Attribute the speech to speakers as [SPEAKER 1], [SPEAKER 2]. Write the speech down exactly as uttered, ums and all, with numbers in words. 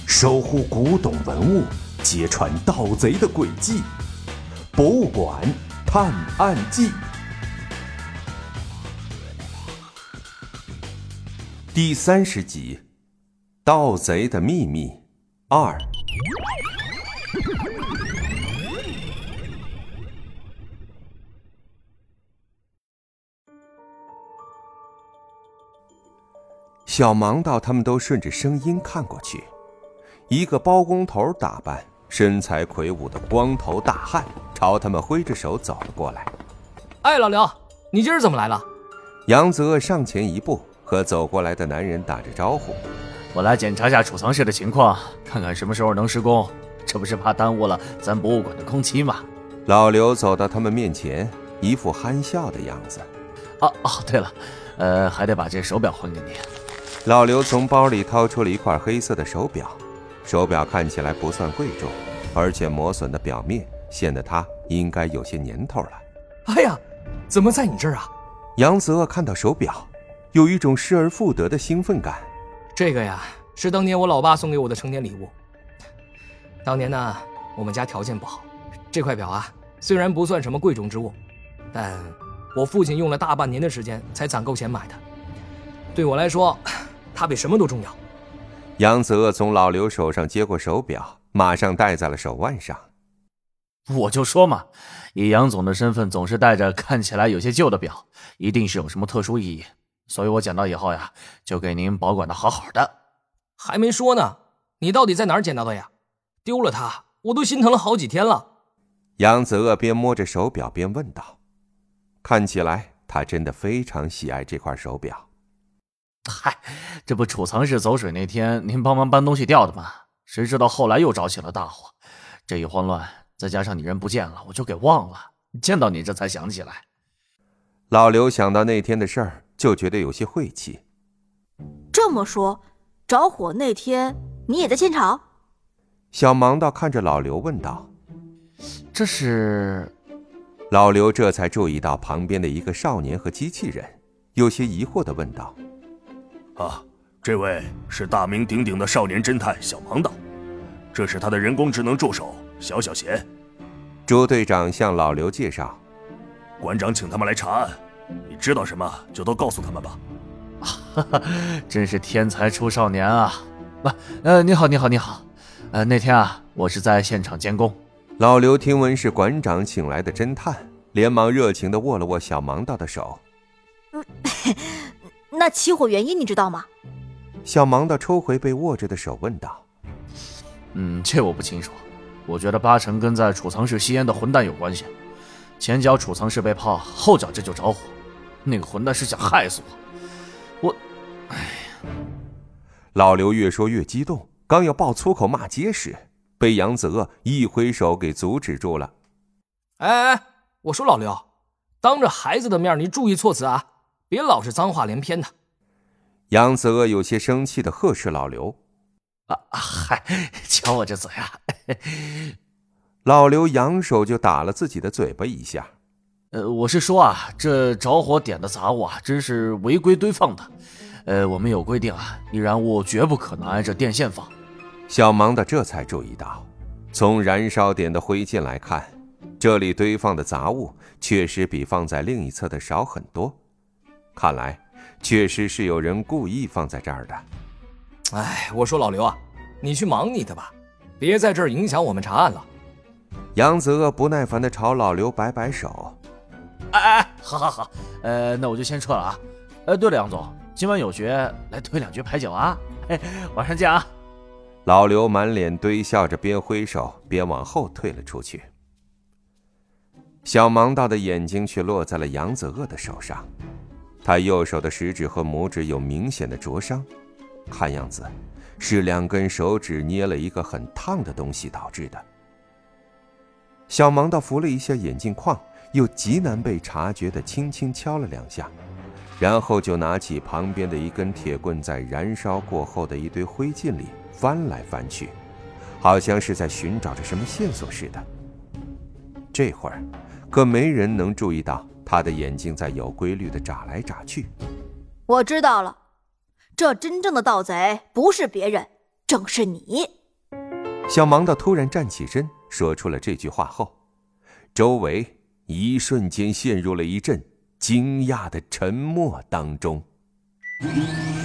[SPEAKER 1] 守护古董文物，揭穿盗贼的诡计。博物馆探案记第三十集：盗贼的秘密二。小盲道他们都顺着声音看过去，一个包工头打扮、身材魁梧的光头大汉朝他们挥着手走了过来。
[SPEAKER 2] 哎，老刘，你今儿怎么来了？
[SPEAKER 1] 杨泽上前一步，和走过来的男人打着招呼。
[SPEAKER 3] 我来检查下储藏室的情况，看看什么时候能施工，这不是怕耽误了咱博物馆的工期吗？
[SPEAKER 1] 老刘走到他们面前，一副憨笑的样子。
[SPEAKER 3] 哦哦，对了，呃，还得把这手表还给你。
[SPEAKER 1] 老刘从包里掏出了一块黑色的手表，手表看起来不算贵重，而且磨损的表面显得它应该有些年头了。
[SPEAKER 2] 哎呀，怎么在你这儿啊？
[SPEAKER 1] 杨泽看到手表，有一种失而复得的兴奋感。
[SPEAKER 2] 这个呀，是当年我老爸送给我的成年礼物。当年呢，我们家条件不好，这块表啊，虽然不算什么贵重之物，但我父亲用了大半年的时间才攒够钱买的。对我来说，它比什么都重要。
[SPEAKER 1] 杨泽从老刘手上接过手表，马上戴在了手腕上。
[SPEAKER 3] 我就说嘛，以杨总的身份，总是带着看起来有些旧的表，一定是有什么特殊意义，所以我捡到以后呀，就给您保管的好好的。
[SPEAKER 2] 还没说呢，你到底在哪儿捡到的呀？丢了它，我都心疼了好几天了。
[SPEAKER 1] 杨泽边摸着手表边问道，看起来他真的非常喜爱这块手表。
[SPEAKER 3] 嗨，这不储藏室走水那天您帮忙搬东西掉的吗？谁知道后来又着起了大火，这一慌乱，再加上你人不见了，我就给忘了，见到你这才想起来。
[SPEAKER 1] 老刘想到那天的事儿，就觉得有些晦气。
[SPEAKER 4] 这么说，着火那天你也在现场？
[SPEAKER 1] 小盲道看着老刘问道。
[SPEAKER 3] 这是……
[SPEAKER 1] 老刘这才注意到旁边的一个少年和机器人，有些疑惑地问道：
[SPEAKER 5] 啊，这位是大名鼎鼎的少年侦探小盲道，这是他的人工智能助手小小贤。
[SPEAKER 1] 朱队长向老刘介绍，
[SPEAKER 5] 馆长请他们来查案，你知道什么就都告诉他们吧。
[SPEAKER 3] 哈哈，真是天才出少年啊！啊，呃，你好，你好，你好，呃，那天啊，我是在现场监工。
[SPEAKER 1] 老刘听闻是馆长请来的侦探，连忙热情地握了握小盲道的手。
[SPEAKER 4] 嗯，那起火原因你知道吗？
[SPEAKER 1] 小盲道抽回被握着的手问道。
[SPEAKER 3] 嗯，这我不清楚，我觉得八成跟在储藏室吸烟的混蛋有关系。前脚储藏室被炮，后脚这就着火，那个混蛋是想害死我。我，哎呀！
[SPEAKER 1] 老刘越说越激动，刚要爆粗口骂街时，被杨泽一挥手给阻止住了。
[SPEAKER 2] 哎哎，我说老刘，当着孩子的面你注意措辞啊，别老是脏话连篇的。
[SPEAKER 1] 杨泽有些生气地呵斥老刘。
[SPEAKER 3] 啊，嗨，瞧我这嘴啊！
[SPEAKER 1] 老刘扬手就打了自己的嘴巴一下。
[SPEAKER 3] 呃，我是说啊，这着火点的杂物啊，真是违规堆放的。呃，我们有规定啊，易燃物绝不可能挨着电线放。
[SPEAKER 1] 小盲的这才注意到，从燃烧点的灰烬来看，这里堆放的杂物确实比放在另一侧的少很多。看来，确实是有人故意放在这儿的。
[SPEAKER 2] 哎，我说老刘啊，你去忙你的吧，别在这儿影响我们查案了。
[SPEAKER 1] 杨泽不耐烦地朝老刘摆摆手。
[SPEAKER 3] 哎哎，好好好，呃，那我就先撤了啊。呃，对了，杨总，今晚有局，来推两局牌九啊。嘿，晚上见啊。
[SPEAKER 1] 老刘满脸堆笑着，边挥手边往后退了出去。小盲道的眼睛却落在了杨泽恶的手上，他右手的食指和拇指有明显的灼伤，看样子是两根手指捏了一个很烫的东西导致的。小盲道扶了一下眼镜框，又极难被察觉地轻轻敲了两下，然后就拿起旁边的一根铁棍，在燃烧过后的一堆灰烬里翻来翻去，好像是在寻找着什么线索似的。这会儿可没人能注意到他的眼睛在有规律地眨来眨去。
[SPEAKER 4] 我知道了，这真正的盗贼不是别人，正是你。
[SPEAKER 1] 小盲道突然站起身，说出了这句话后，周围一瞬间陷入了一阵惊讶的沉默当中。